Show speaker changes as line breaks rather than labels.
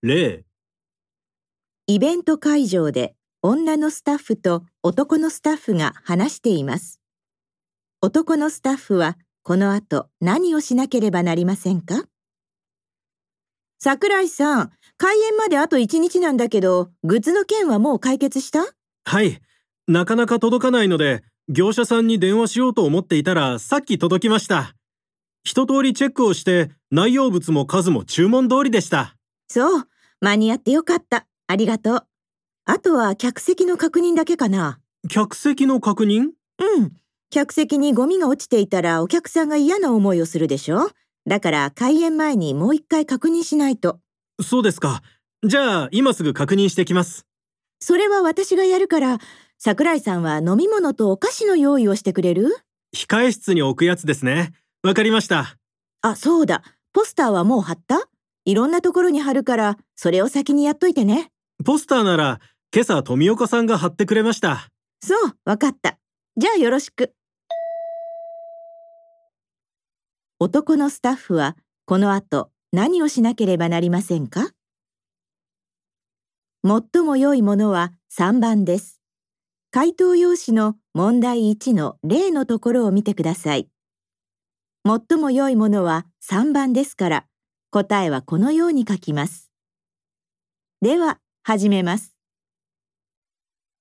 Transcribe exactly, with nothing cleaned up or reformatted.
例、
イベント会場で女のスタッフと男のスタッフが話しています。男のスタッフはこの後何をしなければなりませんか？桜井さん、開演まであといちにちなんだけど、グッズの件はもう解決した？
はい。なかなか届かないので、業者さんに電話しようと思っていたらさっき届きました。一通りチェックをして内容物も数も注文通りでした。
そう、間に合ってよかった。ありがとう。あとは客席の確認だけかな。
客席の確認？
うん。客席にゴミが落ちていたらお客さんが嫌な思いをするでしょ？だから開演前にもう一回確認しないと。
そうですか。じゃあ今すぐ確認してきます。
それは私がやるから、桜井さんは飲み物とお菓子の用意をしてくれる？
控え室に置くやつですね。わかりました。
あ、そうだ。ポスターはもう貼った？いろんなところに貼るから、それを先にやっといてね。
ポスターなら今朝富岡さんが貼ってくれました。
そう、わかった。じゃあよろしく。男のスタッフはこの後何をしなければなりませんか？最も良いものはさんばんです。回答用紙の問題いちの例のところを見てください。最も良いものはさんばんですから、答えはこのように書きます。では、始めます。